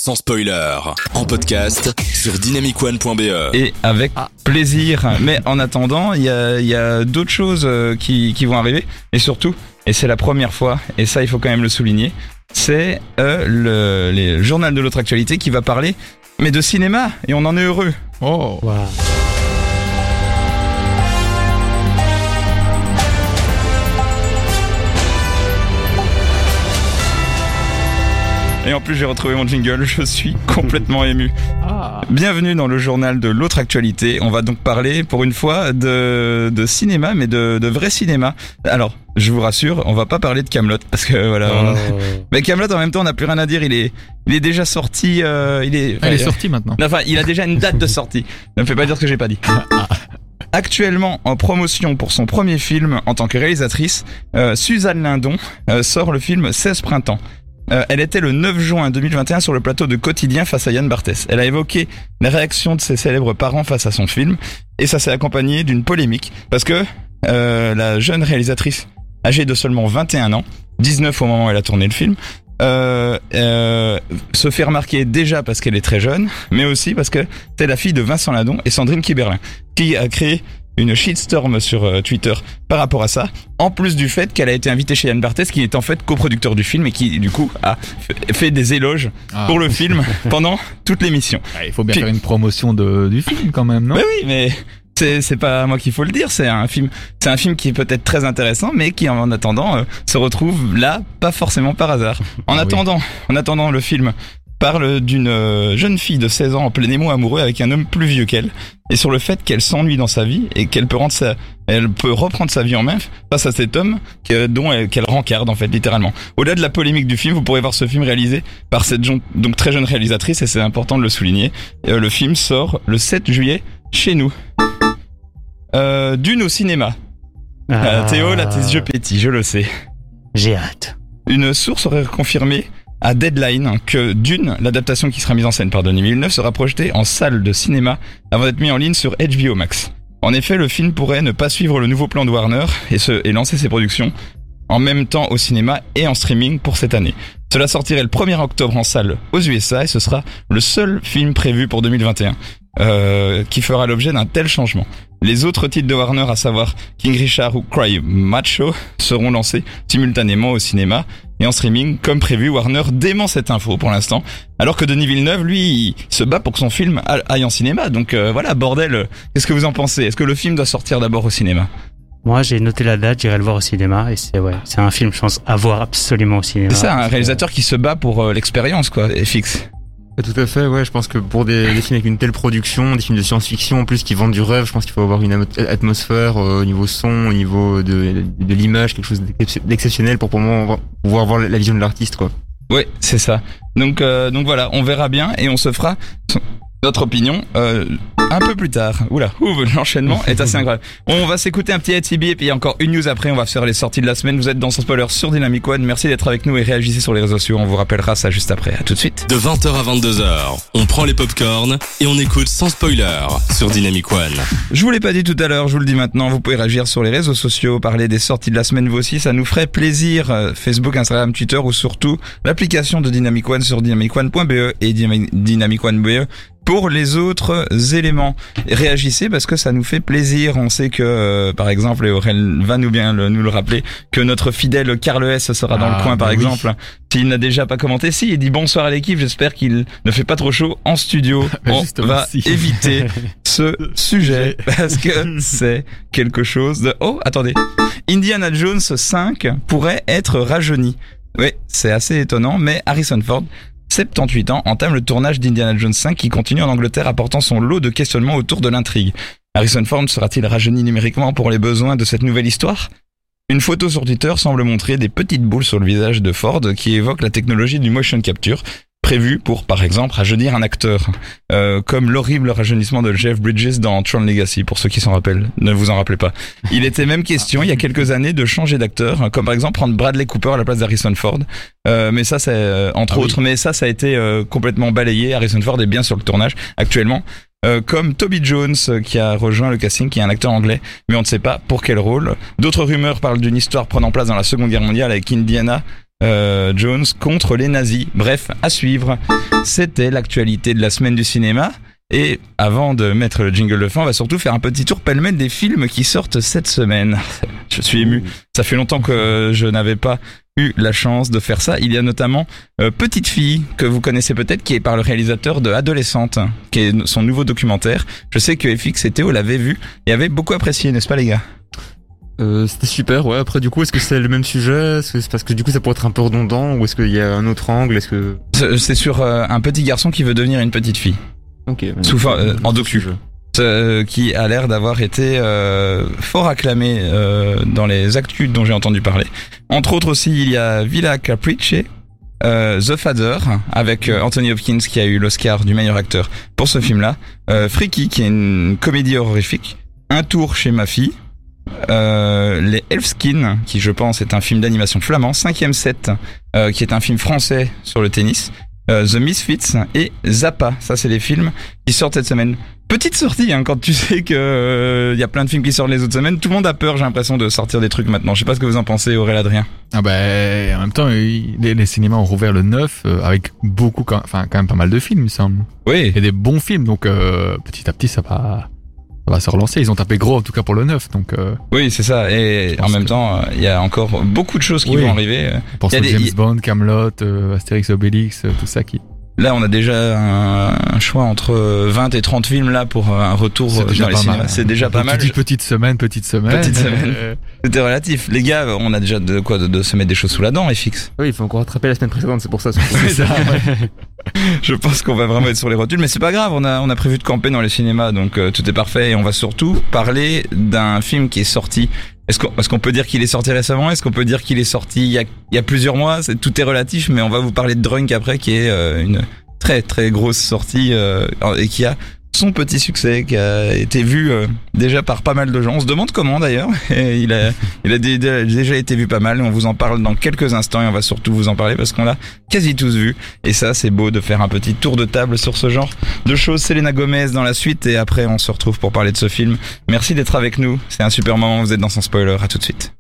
sans spoiler, en podcast sur dynamicone.be. Et avec plaisir. Mais en attendant, il y a d'autres choses qui vont arriver. Et surtout, et c'est la première fois, et ça il faut quand même le souligner, c'est le journal de l'autre actualité qui va parler, mais de cinéma, et on en est heureux. Oh, wow. Et en plus j'ai retrouvé mon jingle, je suis complètement ému. Bienvenue dans le journal de l'autre actualité. On va donc parler pour une fois de cinéma, mais de vrai cinéma. Alors, je vous rassure, on va pas parler de Kaamelott parce que voilà. Mais Kaamelott en même temps, on n'a plus rien à dire. Il est déjà sorti. Il est sorti maintenant. Enfin, il a déjà une date de sortie. Ne me fais pas dire ce que j'ai pas dit. Actuellement en promotion pour son premier film en tant que réalisatrice, Suzanne Lindon sort le film 16 printemps. Elle était le 9 juin 2021 sur le plateau de Quotidien face à Yann Barthès. Elle a évoqué la réaction de ses célèbres parents face à son film et ça s'est accompagné d'une polémique parce que la jeune réalisatrice âgée de seulement 21 ans, 19 au moment où elle a tourné le film, se fait remarquer déjà parce qu'elle est très jeune, mais aussi parce que c'est la fille de Vincent Lindon et Sandrine Kiberlin qui a créé une shitstorm sur Twitter par rapport à ça, en plus du fait qu'elle a été invitée chez Yann Barthès qui est en fait coproducteur du film et qui du coup a fait des éloges pour le film pendant toute l'émission. Il faut bien faire une promotion du film quand même, non ? Oui, mais c'est pas à moi qu'il faut le dire, c'est un film qui est peut-être très intéressant mais qui en attendant se retrouve là pas forcément par hasard. En attendant le film parle d'une jeune fille de 16 ans en plein émoi amoureux avec un homme plus vieux qu'elle et sur le fait qu'elle s'ennuie dans sa vie et qu'elle peut reprendre sa vie en main face à cet homme qu'elle rencarde en fait littéralement. Au-delà de la polémique du film, vous pourrez voir ce film réalisé par cette donc très jeune réalisatrice et c'est important de le souligner. Le film sort le 7 juillet chez nous. Dune au cinéma. Théo, là tes yeux pétillent, je le sais. J'ai hâte. Une source aurait confirmé à Deadline que Dune, l'adaptation qui sera mise en scène par Denis Villeneuve, sera projetée en salle de cinéma avant d'être mis en ligne sur HBO Max. En effet, le film pourrait ne pas suivre le nouveau plan de Warner et lancer ses productions en même temps au cinéma et en streaming pour cette année. Cela sortirait le 1er octobre en salle aux USA et ce sera le seul film prévu pour 2021 qui fera l'objet d'un tel changement. Les autres titres de Warner, à savoir King Richard ou Cry Macho, seront lancés simultanément au cinéma et en streaming comme prévu. Warner dément cette info pour l'instant, alors que Denis Villeneuve, lui, se bat pour que son film aille en cinéma. Donc voilà, bordel, qu'est-ce que vous en pensez ? Est-ce que le film doit sortir d'abord au cinéma ? Moi, j'ai noté la date, j'irai le voir au cinéma et c'est un film, je pense, à voir absolument au cinéma. C'est ça, un réalisateur qui se bat pour l'expérience, quoi, et fixe. Tout à fait, ouais, je pense que pour des films avec une telle production, des films de science-fiction en plus qui vendent du rêve, je pense qu'il faut avoir une atmosphère au niveau son, au niveau de l'image, quelque chose d'exceptionnel pour pouvoir voir la vision de l'artiste, quoi. Ouais, c'est ça. Donc voilà, on verra bien et on se fera notre opinion un peu plus tard. L'enchaînement est assez incroyable. On va s'écouter un petit ATB et puis il y a encore une news après, on va faire les sorties de la semaine. Vous êtes dans Sans Spoiler sur Dynamic One. Merci d'être avec nous et réagissez sur les réseaux sociaux. On vous rappellera ça juste après. À tout de suite. De 20h à 22h, on prend les popcorns et on écoute Sans Spoiler sur Dynamic One. Je vous l'ai pas dit tout à l'heure, je vous le dis maintenant. Vous pouvez réagir sur les réseaux sociaux, parler des sorties de la semaine vous aussi. Ça nous ferait plaisir. Facebook, Instagram, Twitter ou surtout l'application de Dynamic One sur dynamicone.be et dynamicone.be. Pour les autres éléments, réagissez parce que ça nous fait plaisir. On sait que, par exemple, et Aurel va nous le rappeler, que notre fidèle Carl S sera dans le coin, par exemple. S'il n'a déjà pas commenté, il dit bonsoir à l'équipe. J'espère qu'il ne fait pas trop chaud en studio. On va éviter ce sujet parce que c'est quelque chose de... Oh, attendez. Indiana Jones 5 pourrait être rajeuni. Oui, c'est assez étonnant, mais Harrison Ford, 78 ans, entame le tournage d'Indiana Jones 5 qui continue en Angleterre apportant son lot de questionnements autour de l'intrigue. Harrison Ford sera-t-il rajeuni numériquement pour les besoins de cette nouvelle histoire ? Une photo sur Twitter semble montrer des petites boules sur le visage de Ford qui évoquent la technologie du motion capture prévue pour, par exemple, rajeunir un acteur, comme l'horrible rajeunissement de Jeff Bridges dans Tron Legacy, pour ceux qui s'en rappellent, ne vous en rappelez pas. Il était même question, il y a quelques années, de changer d'acteur, comme par exemple prendre Bradley Cooper à la place d'Harrison Ford, mais ça c'est, mais ça a été complètement balayé. Harrison Ford est bien sur le tournage actuellement. Comme Toby Jones qui a rejoint le casting, qui est un acteur anglais, mais on ne sait pas pour quel rôle. D'autres rumeurs parlent d'une histoire prenant place dans la Seconde Guerre mondiale avec Indiana Jones contre les nazis. Bref, à suivre. C'était l'actualité de la semaine du cinéma. Et avant de mettre le jingle de fin, on va surtout faire un petit tour pêle-mêle des films qui sortent cette semaine. Je suis ému. Ça fait longtemps que je n'avais pas eu la chance de faire ça. Il y a notamment Petite Fille, que vous connaissez peut-être, qui est par le réalisateur de Adolescente, qui est son nouveau documentaire. Je sais que FX et Théo l'avaient vu et avaient beaucoup apprécié, n'est-ce pas les gars ? C'était super, ouais. Après, du coup, est-ce que c'est le même sujet? Est-ce que c'est parce que du coup, ça pourrait être un peu redondant, ou est-ce qu'il y a un autre angle? Est-ce que C'est sur un petit garçon qui veut devenir une petite fille. Ok. En docu. Qui a l'air d'avoir été fort acclamé dans les actus dont j'ai entendu parler. Entre autres aussi, il y a Villa Caprice, The Father, avec Anthony Hopkins qui a eu l'Oscar du meilleur acteur pour ce film-là. Freaky, qui est une comédie horrifique. Un tour chez ma fille. Les Elfskin, qui je pense est un film d'animation flamand. 5e set, qui est un film français sur le tennis. The Misfits et Zappa, ça c'est les films qui sortent cette semaine. Petite sortie, hein, quand tu sais que y a plein de films qui sortent les autres semaines, tout le monde a peur, j'ai l'impression, de sortir des trucs maintenant. Je sais pas ce que vous en pensez, Aurélien, Adrien. Ah ben, en même temps, les cinémas ont rouvert le 9 avec beaucoup, quand même pas mal de films, il me semble. Oui. Et des bons films, donc petit à petit ça va se relancer. Ils ont tapé gros en tout cas pour le 9, donc. Oui, c'est ça. Et en même temps, il y a encore beaucoup de choses qui vont arriver. Pour James Bond, Camelot, Astérix, Obélix, tout ça qui. Là, on a déjà un choix entre 20 et 30 films là pour un retour dans les cinémas. C'est déjà pas mal. Tu dis petite semaine. C'était relatif. Les gars, on a déjà de se mettre des choses sous la dent, FX. Oui, il faut encore rattraper la semaine précédente, c'est pour ça. Je pense qu'on va vraiment être sur les rotules, mais c'est pas grave, on a prévu de camper dans les cinémas, donc tout est parfait. Et on va surtout parler d'un film qui est sorti. Est-ce qu'on peut dire qu'il est sorti récemment? Est-ce qu'on peut dire qu'il est sorti il y a plusieurs mois? Tout est relatif, mais on va vous parler de Drunk après, qui est une très très grosse sortie et qui a son petit succès, qui a été vu déjà par pas mal de gens. On se demande comment d'ailleurs. Et il a déjà été vu pas mal. On vous en parle dans quelques instants et on va surtout vous en parler parce qu'on l'a quasi tous vu. Et ça, c'est beau de faire un petit tour de table sur ce genre de choses. Selena Gomez dans la suite et après on se retrouve pour parler de ce film. Merci d'être avec nous. C'est un super moment. Vous êtes dans Sans Spoiler. À tout de suite.